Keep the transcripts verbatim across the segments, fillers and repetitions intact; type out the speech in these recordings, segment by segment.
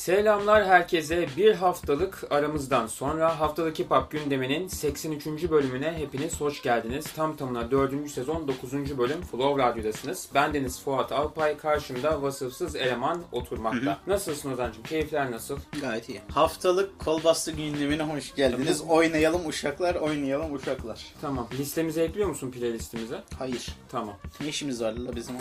Selamlar herkese. Bir haftalık aramızdan sonra Haftalık Hip Hop gündeminin seksen üçüncü bölümüne hepiniz hoş geldiniz. Tam tamına dördüncü sezon dokuzuncu bölüm Flow Radyo'dasınız. Bendeniz Fuat Alpay, karşımda vasıfsız eleman oturmakta. Hı hı. Nasılsın Ozan'cığım? Keyifler nasıl? Gayet iyi. Haftalık kolbastı gündemine hoş geldiniz. Tabii. Oynayalım uşaklar, oynayalım uşaklar. Tamam. Listemize ekliyor musun playlistimize? Hayır. Tamam. Ne işimiz var la bizim?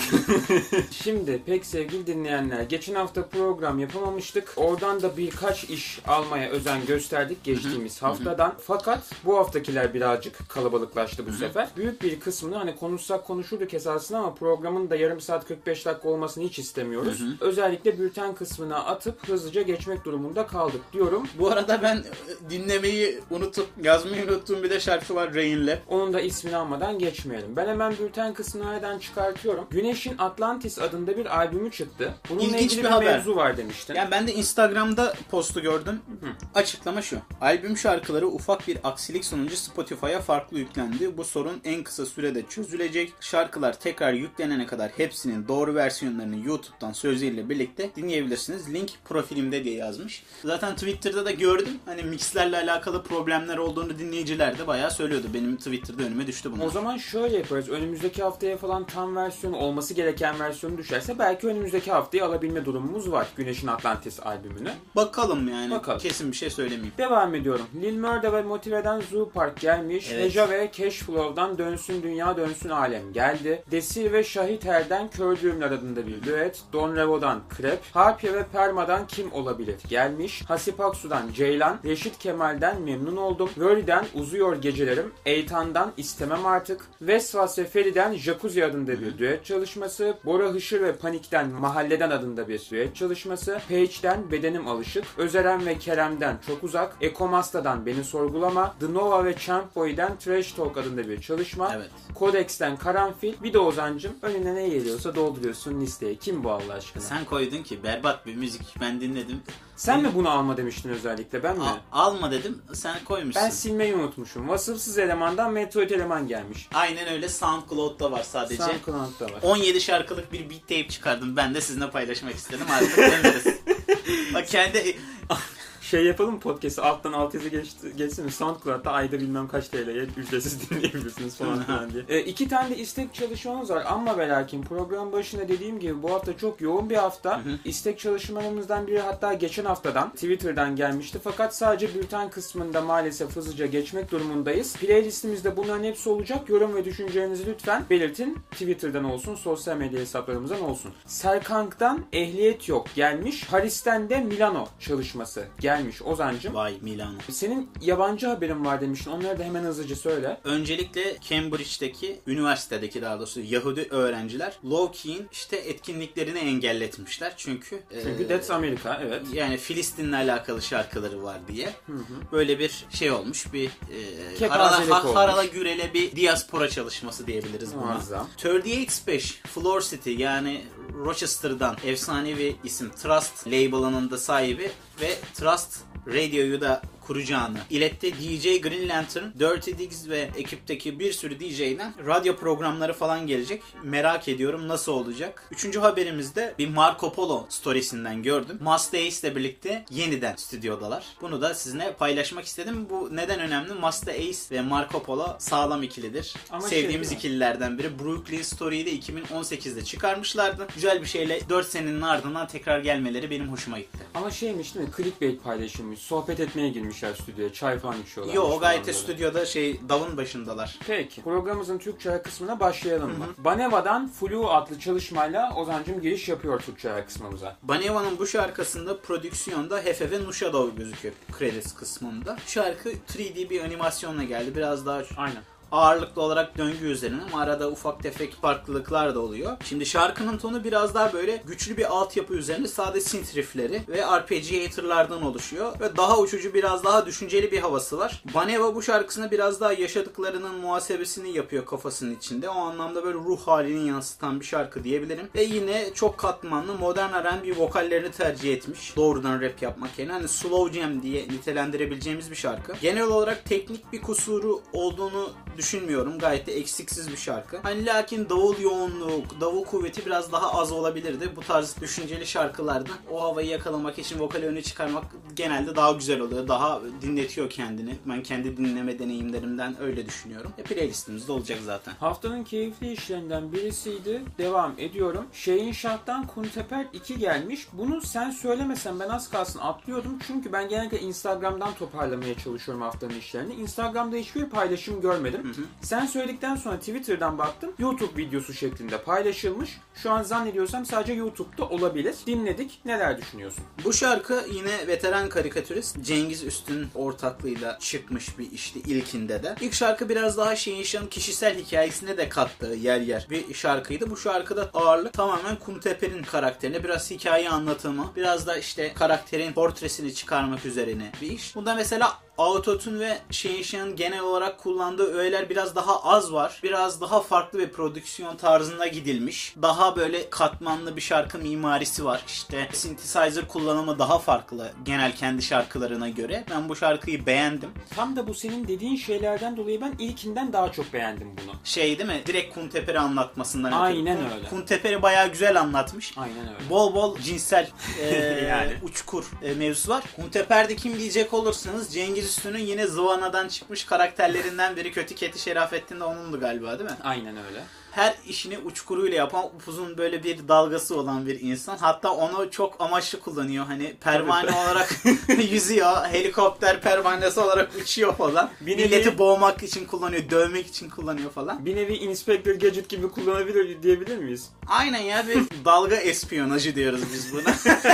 Şimdi pek sevgili dinleyenler, geçen hafta program yapamamıştık. Oradan da birkaç iş almaya özen gösterdik geçtiğimiz hı hı. haftadan. Hı hı. Fakat bu haftakiler birazcık kalabalıklaştı bu hı hı. sefer. Büyük bir kısmını hani konuşsak konuşurduk esasında ama programın da yarım saat kırk beş dakika olmasını hiç istemiyoruz. Hı hı. Özellikle bülten kısmına atıp hızlıca geçmek durumunda kaldık diyorum. Bu arada ben dinlemeyi unutup yazmayı unuttuğum bir de şarkı var Rain'le. Onun da ismini almadan geçmeyelim. Ben hemen bülten kısmını nereden çıkartıyorum. Güneş'in Atlantis adında bir albümü çıktı. Bununla İlginç ilgili bir, bir haber. mevzu var demiştin. Yani ben de Instagram'da postu gördüm. Hı. Açıklama şu. Albüm şarkıları ufak bir aksilik sonucu Spotify'a farklı yüklendi. Bu sorun en kısa sürede çözülecek. Şarkılar tekrar yüklenene kadar hepsinin doğru versiyonlarını YouTube'dan sözleriyle birlikte dinleyebilirsiniz. Link profilimde diye yazmış. Zaten Twitter'da da gördüm. Hani mixlerle alakalı problemler olduğunu dinleyiciler de bayağı söylüyordu. Benim Twitter'da önüme düştü bunlar. O zaman şöyle yaparız. Önümüzdeki haftaya falan tam versiyonu, olması gereken versiyonu düşerse belki önümüzdeki haftayı alabilme durumumuz var. Güneş'in Atlantis albümünü. Bakalım yani. Bakalım. Kesin bir şey söylemeyeyim. Devam ediyorum. Lil Murda ve Motive'den Zoo Park gelmiş. Evet. Neja ve Cashflow'dan Dönsün Dünya Dönsün Alem geldi. Desil ve Şahit Er'den Kör Düğümler adında bir düet. Don Revo'dan Krep. Harpya ve Perma'dan Kim Olabilir gelmiş. Hasip Aksu'dan Ceylan. Reşit Kemal'den Memnun Oldum. Völi'den Uzuyor Gecelerim. Eytan'dan İstemem Artık. Vesvas ve Feri'den Jacuzzi adında bir düet çalışması. Bora Hışır ve Panik'ten Mahalleden adında bir düet çalışması. Page'den Bedenim Alışık. Özeren ve Kerem'den Çok Uzak. Ekomasta'dan Beni Sorgulama. The Nova ve Champ Boy'den Trash Talk adında bir çalışma. Evet. Kodex'ten Karanfil. Bir de Ozan'cım önüne ne geliyorsa dolduruyorsun listeye. Kim bu Allah aşkına? Sen koydun ki berbat bir müzik. Ben dinledim. Sen mi bunu alma demiştin özellikle, ben mi? Al, alma dedim, sen koymuşsun. Ben silmeyi unutmuşum. Vasıfsız elemandan Metroid eleman gelmiş. Aynen öyle, SoundCloud'da var sadece. SoundCloud'da var. on yedi şarkılık bir beat tape çıkardım. Ben de sizinle paylaşmak istedim. Artık döneriz. Bak kendi... Şey yapalım mı podcast'ı? Alttan alt yazı geçti, geçsin mi? SoundCloud'da ayda bilmem kaç T L'ye ücretsiz dinleyebilirsiniz falan filan diye. E, iki tane de istek çalışmamız var ama ve lakin program başında dediğim gibi bu hafta çok yoğun bir hafta. Hı hı. İstek çalışmalarımızdan biri hatta geçen haftadan Twitter'dan gelmişti. Fakat sadece bülten kısmında maalesef hızlıca geçmek durumundayız. Playlistimizde bunların hepsi olacak. Yorum ve düşüncelerinizi lütfen belirtin. Twitter'dan olsun, sosyal medya hesaplarımızdan olsun. Serkank'tan Ehliyet Yok gelmiş. Haris'ten de Milano çalışması gelmiş. Gelmiş Ozan'cım. Vay Milano. Senin yabancı haberin var demiştin. Onları da hemen hızlıca söyle. Öncelikle Cambridge'deki, üniversitedeki daha doğrusu Yahudi öğrenciler Low-Key'in işte etkinliklerini engelletmişler. Çünkü Çünkü e, That's America, evet. Yani Filistin'le alakalı şarkıları var diye. Hı hı. Böyle bir şey olmuş. Bir e, harala, ha, harala gürele bir diaspora çalışması diyebiliriz buna. Muazzam. otuz sekiz beş Floor City, yani Rochester'dan efsanevi isim Trust label'ının da sahibi ve Trust Radio'yu da kuracağını iletti. D J Green Lantern, Dirty Diggs ve ekipteki bir sürü D J'den radyo programları falan gelecek. Merak ediyorum nasıl olacak. Üçüncü haberimizde bir Marco Polo storiesinden gördüm. Masta Ace ile birlikte yeniden stüdyodalar. Bunu da sizinle paylaşmak istedim. Bu neden önemli? Masta Ace ve Marco Polo sağlam ikilidir. Ama sevdiğimiz şey ikililerden biri. Brooklyn Story'yi de iki bin on sekizde çıkarmışlardı. Güzel bir şeyle dört senenin ardından tekrar gelmeleri benim hoşuma gitti. Ama şeymiş değil mi? Clickbait paylaşılmış. Sohbet etmeye girmiş stüdyoya. Çay falan içiyorlar. Yo, o gayet de stüdyoda şey davun başındalar. Peki. Programımızın Türkçe kısmına başlayalım mı? Hı hı. Baneva'dan Flu adlı çalışmayla Ozan'cım giriş yapıyor Türkçe kısmımıza. Baneva'nın bu şarkısında prodüksiyonda Hefe ve Nushadow gözüküyor credits kısmında. Şarkı üç D bir animasyonla geldi. Biraz daha... Aynen. Ağırlıklı olarak döngü üzerine ama arada ufak tefek farklılıklar da oluyor. Şimdi şarkının tonu biraz daha böyle güçlü bir altyapı üzerine sade synth riffleri ve arpeggiator'lardan oluşuyor. Ve daha uçucu, biraz daha düşünceli bir havası var. Baneva bu şarkısında biraz daha yaşadıklarının muhasebesini yapıyor kafasının içinde. O anlamda böyle ruh halini yansıtan bir şarkı diyebilirim. Ve yine çok katmanlı modern R and B vokallerini tercih etmiş. Doğrudan rap yapmak yerine. Hani slow jam diye nitelendirebileceğimiz bir şarkı. Genel olarak teknik bir kusuru olduğunu düşünmüyorum. Gayet de eksiksiz bir şarkı. Hani lakin davul yoğunluğu, davul kuvveti biraz daha az olabilirdi. Bu tarz düşünceli şarkılarda o havayı yakalamak için vokali öne çıkarmak genelde daha güzel oluyor. Daha dinletiyor kendini. Ben kendi dinleme deneyimlerimden öyle düşünüyorum. E, playlistimizde olacak zaten. Haftanın keyifli işlerinden birisiydi. Devam ediyorum. Şeyin Şart'tan Kunteper iki gelmiş. Bunu sen söylemesen ben az kalsın atlıyordum. Çünkü ben genellikle Instagram'dan toparlamaya çalışıyorum haftanın işlerini. Instagram'da hiçbir paylaşım görmedim. Hı hı. Sen söyledikten sonra Twitter'dan baktım. YouTube videosu şeklinde paylaşılmış. Şu an zannediyorsam sadece YouTube'da olabilir. Dinledik. Neler düşünüyorsun? Bu şarkı yine veteran karikatürist Cengiz Üstün ortaklığıyla çıkmış bir işti ilkinde de. İlk şarkı biraz daha Şehinşah'ın kişisel hikayesine de kattığı yer yer bir şarkıydı. Bu şarkıda ağırlık tamamen Kunteper'in karakterine, biraz hikaye anlatımı, biraz da işte karakterin portresini çıkarmak üzerine bir iş. Bunda mesela Autotune ve Şehinşah'ın genel olarak kullandığı öğeler biraz daha az var. Biraz daha farklı bir prodüksiyon tarzında gidilmiş. Daha böyle katmanlı bir şarkı mimarisi var. İşte synthesizer kullanımı daha farklı genel kendi şarkılarına göre. Ben bu şarkıyı beğendim. Tam da bu senin dediğin şeylerden dolayı ben ilkinden daha çok beğendim bunu. Şey değil mi? Direkt Kunteper'i anlatmasından ötürü. Aynen öyle. Kunteper'i bayağı güzel anlatmış. Aynen öyle. Bol bol cinsel e, yani uçkur e, mevzusu var. Kunteper'de kim diyecek olursanız Cengiz Üstün'ün yine Zıvana'dan çıkmış karakterlerinden biri. Kötü Keti Şerafettin de onundu galiba değil mi? Aynen öyle. Her işini uçkuruyla yapan, upuzun böyle bir dalgası olan bir insan. Hatta onu çok amaçlı kullanıyor. Hani pervane olarak yüzüyor. Helikopter pervanesi olarak uçuyor falan. Bir Milleti nevi... boğmak için kullanıyor. Dövmek için kullanıyor falan. Bir nevi Inspector Gadget gibi kullanabilir diyebilir miyiz? Aynen ya. Bir dalga espiyonajı diyoruz biz buna.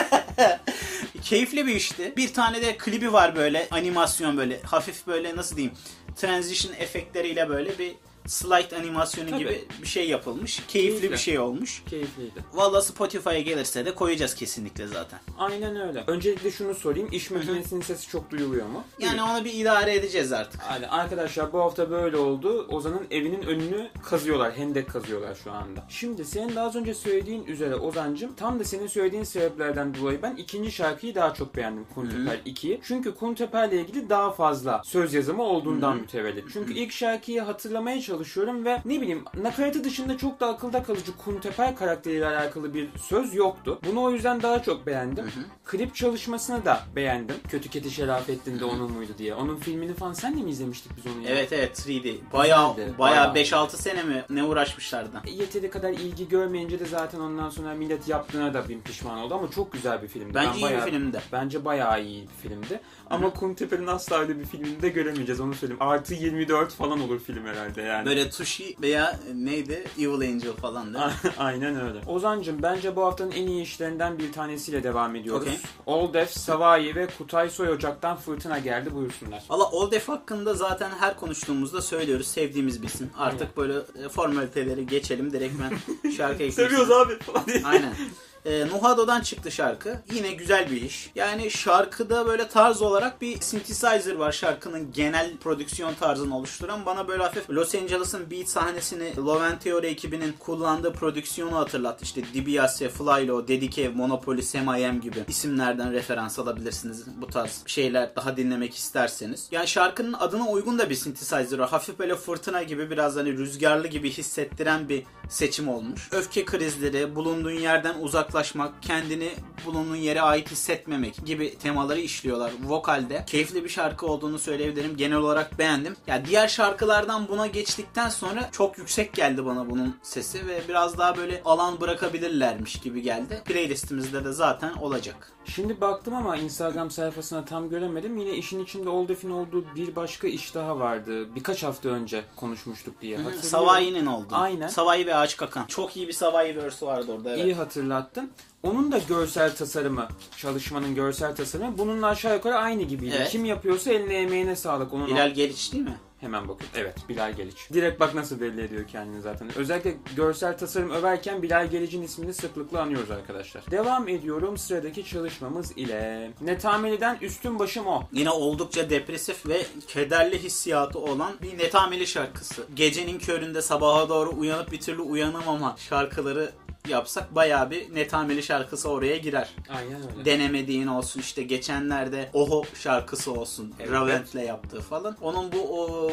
Keyifli bir işti. Bir tane de klibi var böyle. Animasyon böyle. Hafif böyle nasıl diyeyim. Transition efektleriyle böyle bir slide animasyonu Tabii. gibi bir şey yapılmış. Keyifli Keyifli. bir şey olmuş. Keyifliydi. Valla Spotify'a gelirse de koyacağız kesinlikle zaten. Aynen öyle. Öncelikle şunu sorayım. İş makinesinin sesi çok duyuluyor mu? Yani Duyuyor. Onu bir idare edeceğiz artık. Yani arkadaşlar bu hafta böyle oldu. Ozan'ın evinin önünü kazıyorlar. Hendek kazıyorlar şu anda. Şimdi senin daha az önce söylediğin üzere Ozan'cığım, tam da senin söylediğin sebeplerden dolayı ben ikinci şarkıyı daha çok beğendim. Kunteper ikiyi. Çünkü Kunteper'le ilgili daha fazla söz yazımı olduğundan Hı-hı. mütevellit. Çünkü Hı-hı. ilk şarkıyı hatırlamaya çalışıyorum ve ne bileyim nakaratı dışında çok da akılda kalıcı Kunteper karakteriyle alakalı bir söz yoktu. Bunu o yüzden daha çok beğendim. Hı hı. Klip çalışmasını da beğendim. Kötü Keti Şerafettin de onun muydu diye. Onun filmini falan senle mi izlemiştik biz onu ya? Evet evet üç D. Bayağı bayağı beş altı sene mi ne uğraşmışlardı. Yeteri kadar ilgi görmeyince de zaten ondan sonra millet yaptığına da bin pişman oldu ama çok güzel bir filmdi. Bence ben iyi bayağı, bir filmdi. Bence bayağı iyi bir filmdi. Ama Kunteper'in asla öyle bir filmini de göremeyeceğiz, onu söyleyeyim. Artı yirmi dört falan olur film herhalde yani. Böyle Tushi veya neydi? Evil Angel falan değil mi? Aynen öyle. Ozan'cığım bence bu haftanın en iyi işlerinden bir tanesiyle devam ediyoruz. Okay. Old Def, Savai ve Kutay Soy Ocak'tan Fırtına geldi, buyursunlar. Valla Old Def hakkında zaten her konuştuğumuzda söylüyoruz. Sevdiğimiz bir isim. Artık Aynen. böyle formaliteleri geçelim. Direkt ben şarkıyı seviyoruz abi. Aynen. E, Nuhado'dan çıktı şarkı. Yine güzel bir iş. Yani şarkıda böyle tarz olarak bir synthesizer var şarkının genel prodüksiyon tarzını oluşturan. Bana böyle hafif Los Angeles'ın beat sahnesini Love and Theory ekibinin kullandığı prodüksiyonu hatırlattı. İşte DiBiase, Flylo, Dedikev, Monopoly, Sam I Am gibi isimlerden referans alabilirsiniz. Bu tarz şeyler daha dinlemek isterseniz. Yani şarkının adına uygun da bir synthesizer var. Hafif böyle fırtına gibi, biraz hani rüzgarlı gibi hissettiren bir seçim olmuş. Öfke krizleri, bulunduğun yerden uzaklaşmak, kendini bulunduğun yere ait hissetmemek gibi temaları işliyorlar vokalde. Keyifli bir şarkı olduğunu söyleyebilirim. Genel olarak beğendim. Ya yani diğer şarkılardan buna geçtikten sonra çok yüksek geldi bana bunun sesi ve biraz daha böyle alan bırakabilirlermiş gibi geldi. Playlistimizde de zaten olacak. Şimdi baktım ama Instagram sayfasına tam göremedim. Yine işin içinde Old Def'in olduğu bir başka iş daha vardı. Birkaç hafta önce konuşmuştuk diye. Savai'nin oldu. Aynen. Savai ve Ağaç Kakan. Çok iyi bir Savai verse'ü vardı orada. Evet. İyi hatırlattın. Onun da görsel tasarımı, çalışmanın görsel tasarımı bununla aşağı yukarı aynı gibiydi. Evet. Kim yapıyorsa eline emeğine sağlık. Onun Bilal Geliç değil mi? Hemen bakın. Evet, Bilal Geliç. Direkt bak nasıl belli ediyor kendini zaten. Özellikle görsel tasarım överken Bilal Gelic'in ismini sıklıkla anıyoruz arkadaşlar. Devam ediyorum sıradaki çalışmamız ile. Netameli'den Üstün Başım O. Yine oldukça depresif ve kederli hissiyatı olan bir Netameli şarkısı. Gecenin köründe sabaha doğru uyanıp bir türlü uyanamama şarkıları yapsak bayağı bir Netameli şarkısı oraya girer. Aynen öyle. Denemediğin olsun, işte geçenlerde Oho şarkısı olsun. Evet. Ravent'le yaptığı falan. Onun bu o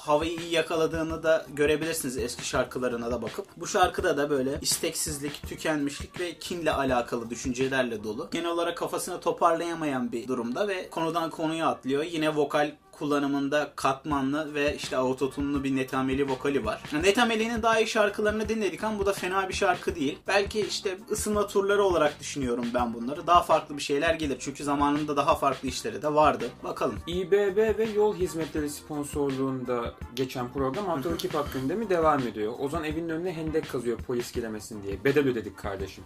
havayı iyi yakaladığını da görebilirsiniz eski şarkılarına da bakıp. Bu şarkıda da böyle isteksizlik, tükenmişlik ve kinle alakalı düşüncelerle dolu. Genel olarak kafasını toparlayamayan bir durumda ve konudan konuya atlıyor. Yine vokal kullanımında katmanlı ve işte autotune'lu bir Neta Meli vokali var. Neta Meli'nin daha iyi şarkılarını dinledik ama bu da fena bir şarkı değil. Belki işte ısınma turları olarak düşünüyorum ben bunları. Daha farklı bir şeyler gelir. Çünkü zamanında daha farklı işleri de vardı. Bakalım. İ B B ve Yol Hizmetleri sponsorluğunda geçen program haftalık hip hop gündemi devam ediyor. Ozan evinin önüne hendek kazıyor polis giremesin diye. Bedel ödedik kardeşim.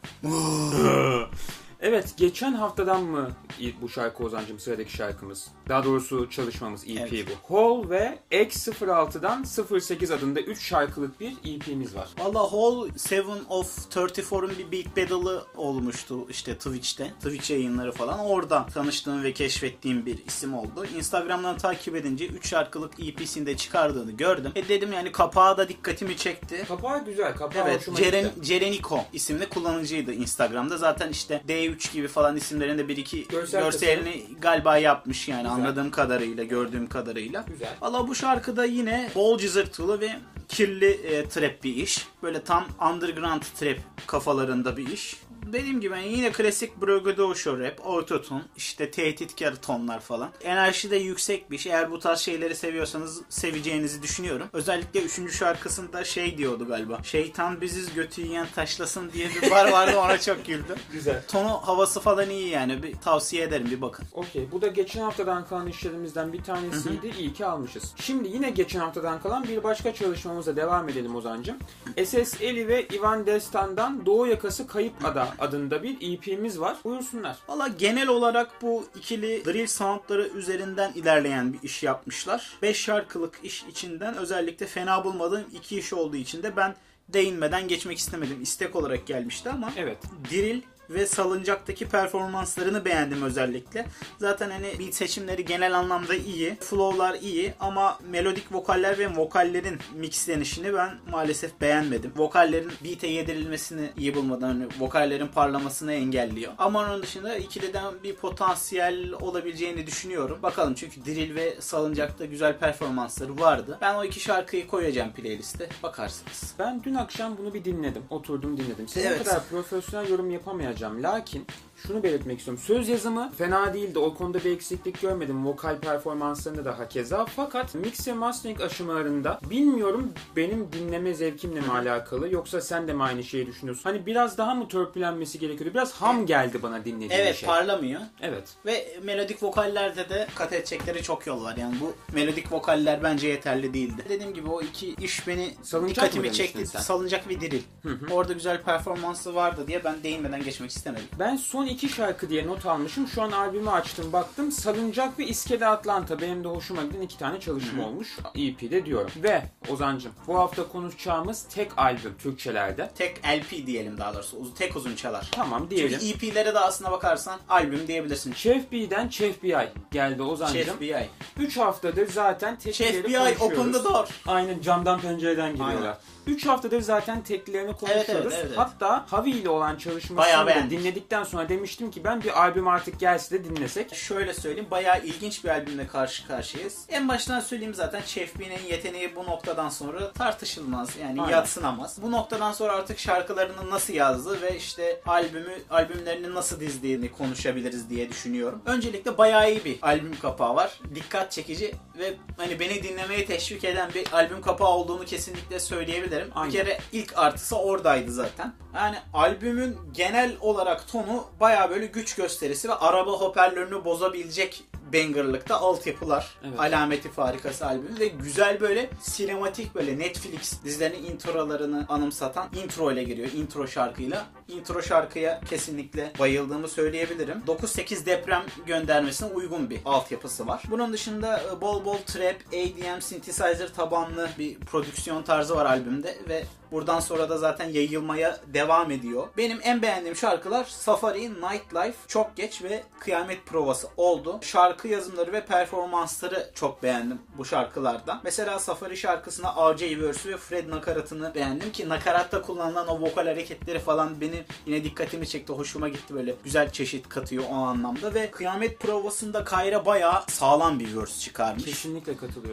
Evet, geçen haftadan mı bu şarkı Ozancığım, sıradaki şarkımız? Daha doğrusu çalışmamız, E P evet. Bu. Hall ve X sıfır altıdan sıfır sekiz adında üç şarkılık bir E P'miz var. Valla Hall seven of otuz dört'ün bir beat battle'ı olmuştu işte Twitch'te. Twitch yayınları falan. Oradan tanıştığım ve keşfettiğim bir isim oldu. Instagram'dan takip edince üç şarkılık E P'sini de çıkardığını gördüm. E dedim yani kapağı da dikkatimi çekti. Kapağı güzel, kapağı evet, hoşuma Ceren, gitti. Cereniko isimli kullanıcıydı Instagram'da. Zaten işte D üç gibi falan isimlerinde bir iki Görsel görselini tasarım galiba yapmış yani. Güzel. Anladığım kadarıyla, gördüğüm kadarıyla. Güzel. Valla bu şarkıda yine bol cızırtılı ve kirli e, trap bir iş. Böyle tam underground trap kafalarında bir iş. Dediğim gibi yani yine klasik braggadocio rap, autotune, işte tehditkar tonlar falan. Enerji de yüksek bir şey. Eğer bu tarz şeyleri seviyorsanız seveceğinizi düşünüyorum. Özellikle üçüncü şarkısında şey diyordu galiba. Şeytan biziz götü yiyen taşlasın diye bir bar vardı, ona çok güldüm. Güzel. Tonu, havası falan iyi yani. Bir tavsiye ederim, bir bakın. Okey. Bu da geçen haftadan kalan işlerimizden bir tanesiydi. İyi ki almışız. Şimdi yine geçen haftadan kalan bir başka çalışmamıza devam edelim Ozancığım. S S Eli ve Ivan Destan'dan Doğu Yakası Kayıp Ada adında bir E P'miz var. Buyursunlar. Valla genel olarak bu ikili drill soundları üzerinden ilerleyen bir iş yapmışlar. beş şarkılık iş içinden özellikle fena bulmadığım iki iş olduğu için de ben değinmeden geçmek istemedim. İstek olarak gelmişti ama evet. Drill ve salıncaktaki performanslarını beğendim özellikle. Zaten hani beat seçimleri genel anlamda iyi. Flow'lar iyi ama melodik vokaller ve vokallerin mixlenişini ben maalesef beğenmedim. Vokallerin beat'e yedirilmesini iyi bulmadan hani vokallerin parlamasını engelliyor. Ama onun dışında ikiliden bir potansiyel olabileceğini düşünüyorum. Bakalım, çünkü drill ve salıncakta güzel performansları vardı. Ben o iki şarkıyı koyacağım playliste. Bakarsınız. Ben dün akşam bunu bir dinledim. Oturdum dinledim. Senin evet. kadar profesyonel yorum yapamayacağım. Lakin şunu belirtmek istiyorum. Söz yazımı fena değildi. O konuda bir eksiklik görmedim. Vokal performanslarında da hakeza. Fakat mix ve mastering aşamalarında bilmiyorum benim dinleme zevkimle mi alakalı, yoksa sen de mi aynı şeyi düşünüyorsun? Hani biraz daha mı törpülenmesi gerekiyordu? Biraz ham geldi bana dinlediğim evet, şey. Evet, parlamıyor. Evet. Ve melodik vokallerde de kat edecekleri çok yol var. Yani bu melodik vokaller bence yeterli değildi. Dediğim gibi o iki iş beni salıncak dikkatimi çekti. Salıncak ve drill. Hı hı. Orada güzel performansı vardı diye ben değinmeden geçmek istemedim. Ben son iki şarkı diye not almışım. Şu an albümü açtım, baktım. Salıncak ve İskele Atlanta benim de hoşuma giden iki tane çalışma Hı-hı. olmuş. E P'de diyorum. Ve Ozancığım, bu hafta konuşacağımız tek albüm Türkçelerde. Tek L P diyelim daha doğrusu. Tek uzun çalar. Tamam diyelim. Çünkü E P'lere de aslına bakarsan albüm diyebilirsin. Chef B'den Chef B I geldi Ozancığım. Chef B I. üç haftadır zaten teklileri Chef B I open the door. Aynen, camdan pencereden giriyorlar. üç haftadır zaten teklilerini konuşuyoruz. Evet, evet, evet, evet. Hatta Havi ile olan çalışmasını dinledikten sonra demiştim ki ben bir albüm artık gelse de dinlesek. Şöyle söyleyeyim, bayağı ilginç bir albümle karşı karşıyayız. En baştan söyleyeyim, zaten Chef B'nin yeteneği bu noktadan sonra tartışılmaz. Yani Aynen. yadsınamaz. Bu noktadan sonra artık şarkılarını nasıl yazdı ve işte albümü albümlerini nasıl dizdiğini konuşabiliriz diye düşünüyorum. Öncelikle bayağı iyi bir albüm kapağı var. Dikkat çekici ve hani beni dinlemeye teşvik eden bir albüm kapağı olduğunu kesinlikle söyleyebilirim. Aynen. Bir kere ilk artısı oradaydı zaten. Yani albümün genel olarak tonu bayağı böyle güç gösterisi ve araba hoparlörünü bozabilecek bangerlıkta altyapılar. Evet. Alameti farikası albümü ve güzel böyle sinematik, böyle Netflix dizilerinin introlarını anımsatan intro ile giriyor. Intro şarkıyla. Intro şarkıya kesinlikle bayıldığımı söyleyebilirim. dokuz sekiz deprem göndermesine uygun bir altyapısı var. Bunun dışında bol bol trap, A D M, synthesizer tabanlı bir prodüksiyon tarzı var albümde ve buradan sonra da zaten yayılmaya devam ediyor. Benim en beğendiğim şarkılar Safari, Nightlife, Çok Geç ve Kıyamet Provası oldu. Şarkı yazımları ve performansları çok beğendim bu şarkılarda. Mesela Safari şarkısına R J Verse'ü ve Fred nakaratını beğendim ki nakaratta kullanılan o vokal hareketleri falan beni yine dikkatimi çekti. Hoşuma gitti, böyle güzel çeşit katıyor o anlamda ve Kıyamet Provası'nda Kayra bayağı sağlam bir verse çıkarmış. Kesinlikle katılıyorum.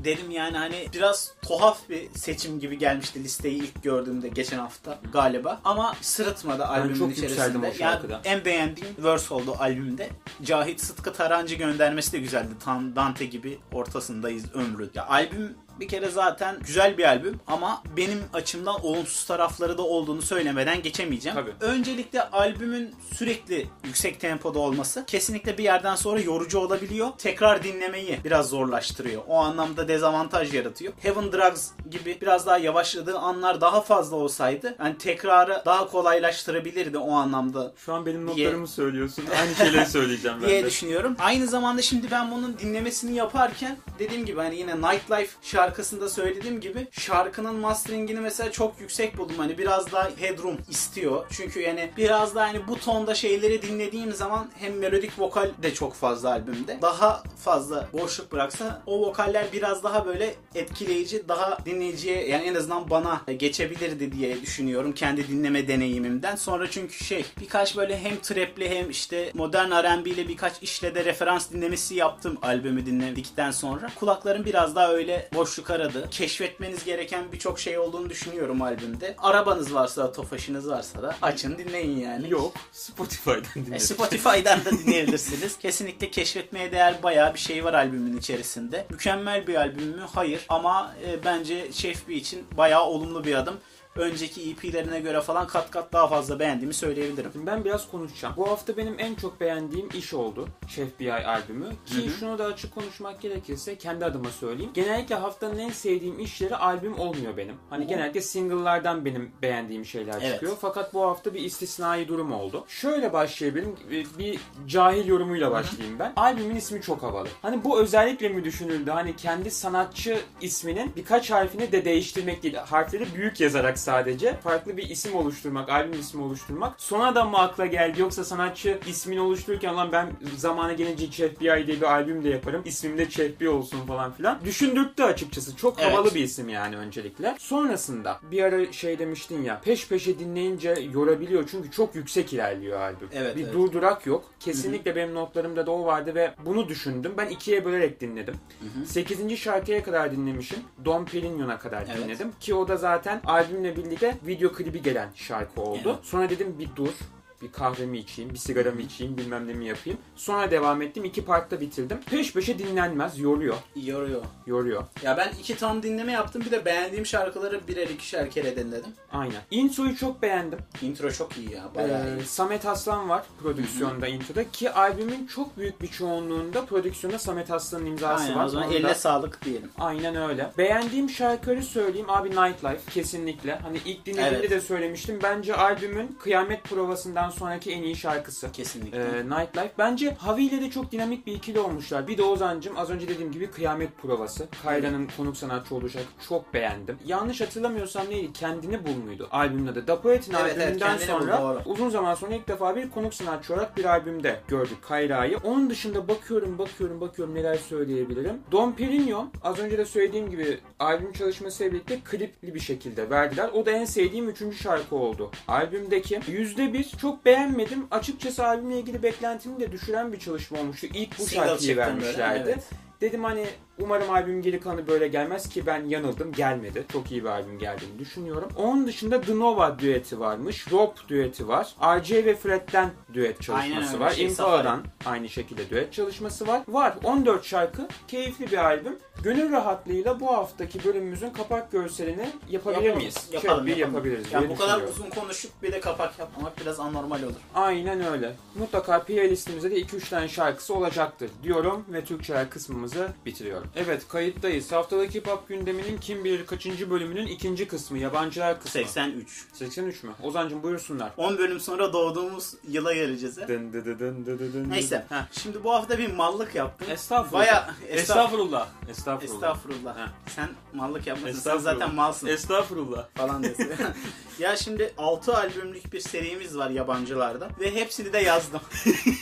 dedim yani hani biraz tuhaf bir seçim gibi gelmişti listeyi ilk gördüğümde geçen hafta galiba. Ama sırıtmadı albümün çok içerisinde. Yani en beğendiğim verse oldu albümde. Cahit Sıtkı Tarancı göndermesi de güzeldi. Tam Dante gibi ortasındayız ömrü. Ya albüm bir kere zaten güzel bir albüm ama benim açımdan olumsuz tarafları da olduğunu söylemeden geçemeyeceğim. Tabii. Öncelikle albümün sürekli yüksek tempoda olması kesinlikle bir yerden sonra yorucu olabiliyor. Tekrar dinlemeyi biraz zorlaştırıyor. O anlamda dezavantaj yaratıyor. Heaven Drugs gibi biraz daha yavaşladığı anlar daha fazla olsaydı yani tekrarı daha kolaylaştırabilirdi o anlamda. Şu an benim diye... notlarımı söylüyorsun. Aynı şeyleri söyleyeceğim ben diye de. düşünüyorum. Aynı zamanda şimdi ben bunun dinlemesini yaparken dediğim gibi hani yine Nightlife şarkısında söylediğim gibi şarkının masteringini mesela çok yüksek buldum. Hani biraz daha headroom istiyor. Çünkü yani biraz daha hani bu tonda şeyleri dinlediğim zaman hem melodik vokal de çok fazla albümde. Daha fazla boşluk bıraksa o vokaller biraz daha böyle etkileyici, daha dinleyiciye yani en azından bana geçebilirdi diye düşünüyorum kendi dinleme deneyimimden. Sonra çünkü şey birkaç böyle hem trapli hem işte modern R and B ile birkaç işle de referans dinlemesi yaptım albümü dinledikten sonra. Kulaklarım biraz daha öyle boşluk aradı. Keşfetmeniz gereken birçok şey olduğunu düşünüyorum albümde. Arabanız varsa, tofaşınız varsa da açın dinleyin yani. Yok. Spotify'dan dinleyin. E, Spotify'dan da dinleyebilirsiniz. Kesinlikle keşfetmeye değer bayağı bir şey var albümün içerisinde. Mükemmel bir albüm mü? Hayır. Ama e, bence Chef B için bayağı olumlu bir adım. Önceki E P'lerine göre falan kat kat daha fazla beğendiğimi söyleyebilirim. Ben biraz konuşacağım. Bu hafta benim en çok beğendiğim iş oldu. Chef B I albümü. Ki hı hı. şunu da açık konuşmak gerekirse kendi adıma söyleyeyim. Genellikle haftanın en sevdiğim işleri albüm olmuyor benim. Hani hı. genellikle single'lardan benim beğendiğim şeyler evet. çıkıyor. Fakat bu hafta bir istisnai durum oldu. Şöyle başlayabilirim. Bir cahil yorumuyla başlayayım ben. Albümün ismi çok havalı. Hani bu özellikle mi düşünüldü? Hani kendi sanatçı isminin birkaç harfini de değiştirmek değil. Harfleri büyük yazarak sadece farklı bir isim oluşturmak, albüm ismi oluşturmak. Sonradan mı akla geldi yoksa sanatçı ismini oluştururken lan ben zamanı gelince Chef B I diye bir albüm de yaparım. İsmim de Chef B olsun falan filan. Düşündürttü açıkçası. Çok evet. havalı bir isim yani öncelikle. Sonrasında bir ara şey demiştin ya peş peşe dinleyince yorabiliyor çünkü çok yüksek ilerliyor albüm. Evet, bir evet. durdurak yok. Kesinlikle Hı-hı. benim notlarımda da o vardı ve bunu düşündüm. Ben ikiye bölerek dinledim. Hı-hı. sekizinci şarkıya kadar dinlemişim. Dom Perignon'a kadar evet. dinledim. Ki o da zaten albümle birlikte video klibi gelen şarkı oldu. Evet. Sonra dedim bir dur. Bir kahvemi içeyim, bir sigaramı içeyim, bilmem ne mi yapayım. Sonra devam ettim. İki partta bitirdim. Peş peşe dinlenmez. Yoruyor. Yoruyor. Yoruyor. Ya ben iki tam dinleme yaptım. Bir de beğendiğim şarkıları birer ikişer kere dinledim. Aynen. Introyu çok beğendim. Intro çok iyi ya. Bayağı ee, iyi. Samet Aslan var prodüksiyonda Hı-hı. introda. Ki albümün çok büyük bir çoğunluğunda prodüksiyonda Samet Aslan'ın imzası Aynen, var. O zaman Onda... eline sağlık diyelim. Aynen öyle. Beğendiğim şarkıları söyleyeyim. Abi Nightlife kesinlikle. Hani ilk dinlediğimde evet. de söylemiştim. Bence albümün kıyamet provasından sonraki en iyi şarkısı. Kesinlikle. Ee, Nightlife. Bence Havi ile de çok dinamik bir ikili olmuşlar. Bir de Ozan'cım az önce dediğim gibi kıyamet provası. Kayra'nın konuk sanatçı olduğu şarkı çok beğendim. Yanlış hatırlamıyorsam neydi? Kendini bul muydu albümün adı? Da Poet'in evet, albümünden evet, sonra bul, uzun zaman sonra ilk defa bir konuk sanatçı olarak bir albümde gördük Kayra'yı. Onun dışında bakıyorum bakıyorum bakıyorum neler söyleyebilirim. Dom Perignon az önce de söylediğim gibi albüm çalışmasıyla birlikte klipli bir şekilde verdiler. O da en sevdiğim üçüncü şarkı oldu. Albümdeki yüzde bir çok beğenmedim. Açıkçası albümle ilgili beklentimi de düşüren bir çalışma olmuştu. İlk bu Single şarkıyı vermişlerdi. Böyle, evet. Dedim hani umarım albüm geri kalanı böyle gelmez ki ben yanıldım. Gelmedi. Çok iyi bir albüm geldiğini düşünüyorum. Onun dışında The Nova düeti varmış. Rob düeti var. R J ve Fred'den düet çalışması var. Şey, Impala'dan aynı şekilde düet çalışması var. Var. on dört şarkı. Keyifli bir albüm. Gönül rahatlığıyla bu haftaki bölümümüzün kapak görselini yapabilir yapalım, miyiz? Yapalım, Şöyle yapalım. yapabiliriz. Yani bu kadar uzun konuşup bir de kapak yapmamak biraz anormal olur. Aynen öyle. Mutlaka playlistimizde de iki üç tane şarkısı olacaktır diyorum ve Türkçeler kısmımızı bitiriyorum. Evet kayıttayız. Haftadaki pop gündeminin kim bilir kaçıncı bölümünün ikinci kısmı. Yabancılar kısmı. seksen üç. seksen üç mü? Ozan'cığım buyursunlar. on bölüm sonra doğduğumuz yıla geleceğiz. Dın dı dı dın dı dı dın. Neyse. Heh. Şimdi bu hafta bir mallık yaptım. Estağfurullah. Baya, estağfurullah. Estağfurullah. Estağfurullah. Heh. Sen mallık yapmasın. Sen zaten malsın. Estağfurullah. Falan desin. Ya şimdi altı albümlük bir serimiz var yabancılarda. Ve hepsini de yazdım.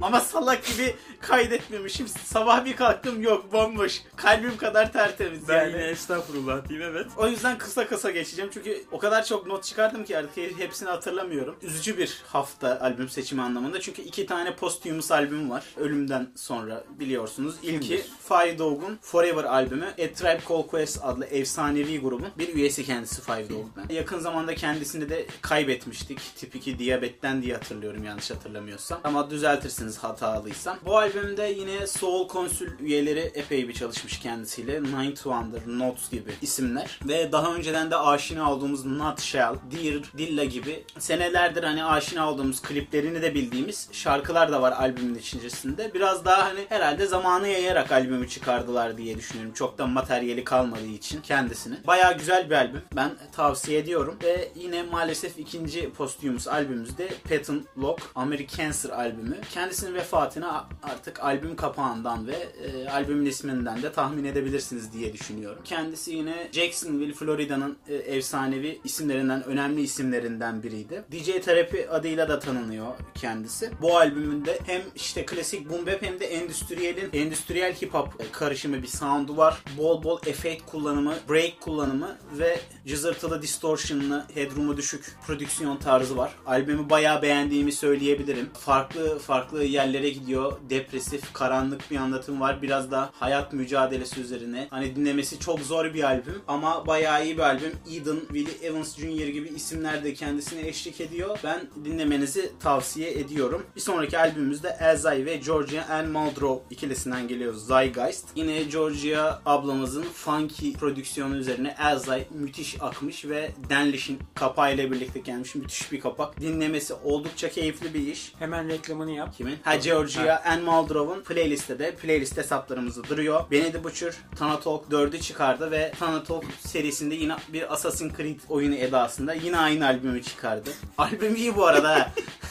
Ama salak gibi kaydetmemişim. Sabah bir kalktım, yok bomboş. Kalbim kadar tertemiz ben yani. yine estağfurullah diyeyim, evet. O yüzden kısa kısa geçeceğim çünkü o kadar çok not çıkardım ki artık hepsini hatırlamıyorum. Üzücü bir hafta albüm seçimi anlamında çünkü iki tane posthumous albüm var. Ölümden sonra biliyorsunuz. İlki Five Dog'un Forever albümü. A Tribe Called Quest adlı efsanevi grubun bir üyesi kendisi Five Dog'dan. Yakın zamanda kendisini de kaybetmiştik. Tip iki diyabetten diye hatırlıyorum yanlış hatırlamıyorsam. Ama düzeltirsiniz hatalıysam. Bu albümde yine Soul Council üyeleri epey bir çalışmış kendisiyle. Ninth Wonder, Notes gibi isimler. Ve daha önceden de aşina olduğumuz Nutshell, Dear, Dilla gibi senelerdir hani aşina olduğumuz, kliplerini de bildiğimiz şarkılar da var albümün içerisinde. Biraz daha hani herhalde zamanı yayarak albümü çıkardılar diye düşünüyorum. Çok da materyali kalmadığı için kendisini. Bayağı güzel bir albüm. Ben tavsiye ediyorum. Ve yine maalesef ikinci posthumous albümümüzde Patton Lock Americancer albümü. Kendisinin vefatını artık albüm kapağından ve e, albümün isminden de tahmin edebilirsiniz diye düşünüyorum. Kendisi yine Jacksonville, Florida'nın e, efsanevi isimlerinden, önemli isimlerinden biriydi. D J Therapy adıyla da tanınıyor kendisi. Bu albümünde hem işte klasik boom bap hem de endüstriyelin, endüstriyel hip hop karışımı bir sound'u var. Bol bol efekt kullanımı, break kullanımı ve cızırtılı distortion'lı, headroom'u düşük prodüksiyon tarzı var. Albümü bayağı beğendiğimi söyleyebilirim. Farklı farklı yerlere gidiyor. Depresif, karanlık bir anlatım var. Biraz da hayat mücadelesi üzerine. Hani dinlemesi çok zor bir albüm ama bayağı iyi bir albüm. Eden, Willie Evans Junior gibi isimler de kendisine eşlik ediyor. Ben dinlemenizi tavsiye ediyorum. Bir sonraki albümümüzde Elzay ve Georgia Ann Muldrow ikilisinden geliyor Zeitgeist. Yine Georgia ablamızın funky prodüksiyonu üzerine Elzay müthiş akmış ve Denlish'in kapağıyla birlikte gelmiş müthiş bir kapak. Dinlemesi oldukça keyifli bir iş. Hemen reklamını yap. Kimin? Ha, Georgia Ann Muldrow'un playlistte de playlist hesaplarımızda duruyor. Benny the Butcher Thanatalk dördü çıkardı ve Thanatalk serisinde yine bir Assassin's Creed oyunu edasında yine aynı albümü çıkardı. Albüm iyi bu arada.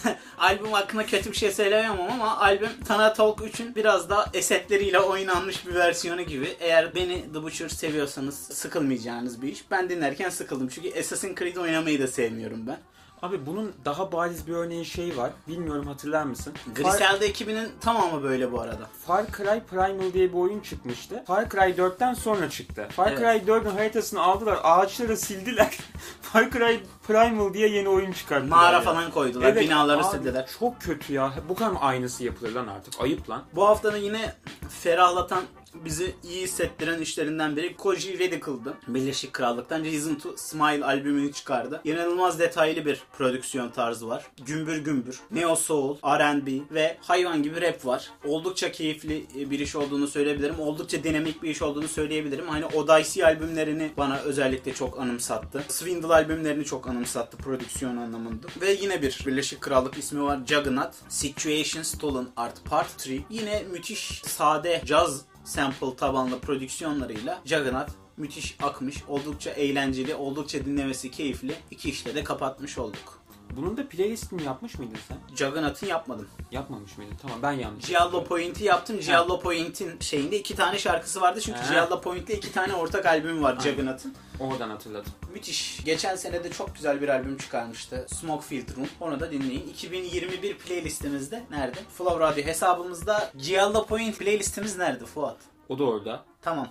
Albüm hakkında kötü bir şey söyleyemem ama albüm Thanatalk üçün biraz daha esetleriyle oynanmış bir versiyonu gibi. Eğer Benny the Butcher seviyorsanız sıkılmayacağınız bir iş. Ben dinlerken sıkıldım çünkü Assassin's Creed oynamayı da sevmiyorum ben. Abi bunun daha bariz bir örneği şey var. Bilmiyorum, hatırlar mısın? Griselda ekibinin tamamı böyle bu arada. Far Cry Primal diye bir oyun çıkmıştı. Far Cry dörtten sonra çıktı. Far Evet. Cry dördün haritasını aldılar, ağaçları sildiler. Far Cry Primal diye yeni oyun çıkardılar. Mağara yani. falan koydular, Evet, binaları abi, sildiler. çok kötü ya. Bu kadar mı aynısı yapılır lan artık? Ayıp lan. Bu haftanın yine ferahlatan, bizi iyi hissettiren işlerinden biri Koji Radical'dı. Birleşik Krallık'tan Reason to Smile albümünü çıkardı. İnanılmaz detaylı bir prodüksiyon tarzı var. Gümbür gümbür, neo soul, R and B ve hayvan gibi rap var. Oldukça keyifli bir iş olduğunu söyleyebilirim. Oldukça dinamik bir iş olduğunu söyleyebilirim. Hani Odyssey albümlerini bana özellikle çok anımsattı. Swindle albümlerini çok anımsattı prodüksiyon anlamında. Ve yine bir Birleşik Krallık ismi var, Juggernaut. Situation Stolen Art Part üç. Yine müthiş sade caz sample tabanlı prodüksiyonlarıyla Juggernaut müthiş akmış, oldukça eğlenceli, oldukça dinlemesi keyifli. İki işle de kapatmış olduk. Bunun da playlistini yapmış mıydın sen? Juggernaut'ın yapmadım. Yapmamış mıydın? Tamam, ben yanlış. Giallo Point'i yaptım. Giallo Point'in şeyinde iki tane şarkısı vardı çünkü He. Giallo Point'le iki tane ortak albüm var Juggernaut'ın. Oradan hatırladım. Müthiş. Geçen sene de çok güzel bir albüm çıkarmıştı. Smoke Filled Room. Onu da dinleyin. iki bin yirmi bir playlistimizde nerede? Flow Radio hesabımızda Giallo Point playlistimiz nerede Fuat? O da orada. Tamam.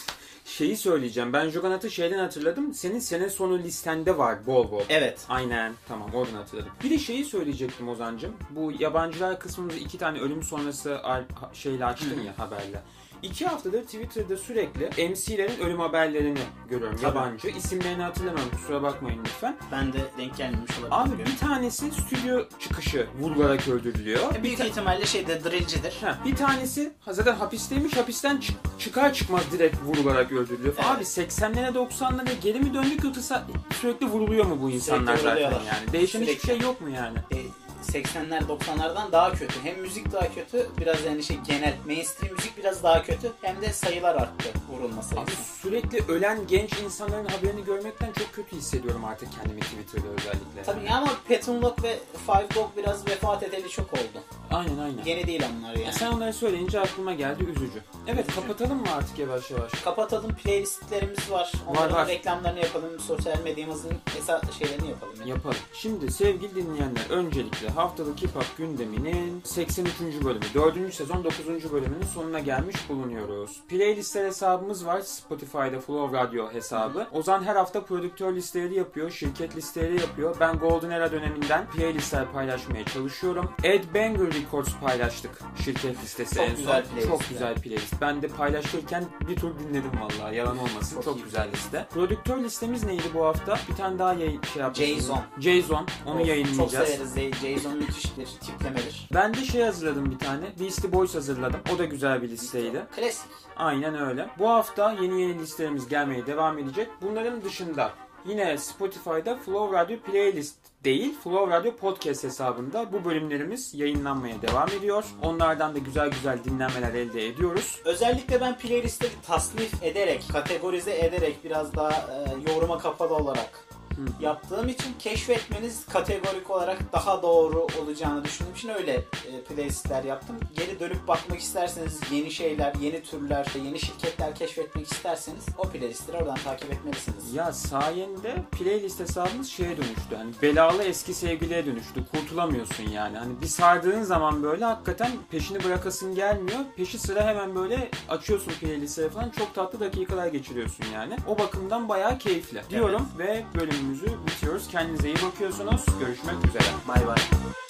Şeyi söyleyeceğim. Ben Juggernaut'ı şeyden hatırladım. Senin sene sonu listende var bol bol. Evet. Aynen. Tamam, oradan hatırladım. Bir de şeyi söyleyecektim Ozan'cığım. Bu yabancılar kısmında iki tane ölüm sonrası al- ha- şeyle açtın ya haberle. İki haftadır Twitter'da sürekli M C'lerin ölüm haberlerini görüyorum. Tabii. Yabancı. İsimlerini hatırlamıyorum. Kusura bakmayın lütfen. Ben de denk gelmemiş olabilirim. Abi bir tanesi stüdyo çıkışı vurularak öldürülüyor. E, büyük ihtimalle şeyde drillcidir. Ha, bir tanesi zaten hapisteymiş, hapisten çık- çıkar çıkmaz direkt vurularak öldürülüyor. Evet. Abi seksenlere doksanlara geri mi döndük yoksa sürekli vuruluyor mu bu insanlar zaten vuruluyorlar. yani? Değişen hiçbir Sürekli. şey yok mu yani? E, seksenler doksanlardan daha kötü. Hem müzik daha kötü, biraz yani şey genel mainstream müzik biraz daha kötü. Hem de sayılar arttı, vurulma sayısı. Abi sürekli ölen genç insanların haberini görmekten çok kötü hissediyorum artık kendimi Twitter'da özellikle. Tabii ama Patton Lock ve Five Dog biraz vefat edeli çok oldu. Aynen aynen. Yeni değil onlar yani. Ya sen onları söyleyince aklıma geldi, üzücü. Evet, Üzücü. kapatalım mı artık yavaş yavaş? Kapatalım, playlistlerimiz var. Onların var. reklamlarını yapalım, sosyal medyamızın hesap şeylerini yapalım. Yani. Yapalım. Şimdi sevgili dinleyenler, öncelikle haftalık hip hop gündeminin seksen üçüncü bölümü, dördüncü sezon dokuzuncu bölümünün sonuna gelmiş bulunuyoruz. Playlistler hesabımız var. Spotify'da Flow Radio hesabı. Ozan her hafta prodüktör listeleri yapıyor, şirket listeleri yapıyor. Ben Golden Era döneminden playlistler paylaşmaya çalışıyorum. Ed Banger Records paylaştık şirket listesi çok en güzel son. playlist. Çok güzel playlist. Ben de paylaşırken bir tur dinledim vallahi. Yalan olmasın. Çok, çok güzel liste. Prodüktör listemiz neydi bu hafta? Bir tane daha yayın şey yaptık. Jason. Jason. Onu of, yayınlayacağız. Çok severiz. Jason müthiş bir tiplemedir. Ben de şey hazırladım bir tane. Beastie Boys hazırladım. O da güzel bir listeydi. Klasik. Aynen öyle. Bu hafta yeni yeni listelerimiz gelmeye devam edecek. Bunların dışında yine Spotify'da Flow Radio Playlist değil, Flow Radio Podcast hesabında bu bölümlerimiz yayınlanmaya devam ediyor. Onlardan da güzel güzel dinlenmeler elde ediyoruz. Özellikle ben playlistleri tasnif ederek, kategorize ederek biraz daha e, yoruma kapalı olarak Hı. yaptığım için keşfetmeniz kategorik olarak daha doğru olacağını düşündüğüm için öyle e, playlistler yaptım. Geri dönüp bakmak isterseniz yeni şeyler, yeni türler, yeni şirketler keşfetmek isterseniz o playlistleri oradan takip etmelisiniz. Ya sayende playlist hesabımız şeye dönüştü. Hani belalı eski sevgiliye dönüştü. Kurtulamıyorsun yani. Hani bir sardığın zaman böyle hakikaten peşini bırakasın gelmiyor. Peşi sıra hemen böyle açıyorsun playlistleri falan. Çok tatlı dakikalar geçiriyorsun yani. O bakımdan bayağı keyifli diyorum evet. Ve bölümümüzü bitiriyoruz. Kendinize iyi bakıyorsunuz. Görüşmek üzere. Bay bay.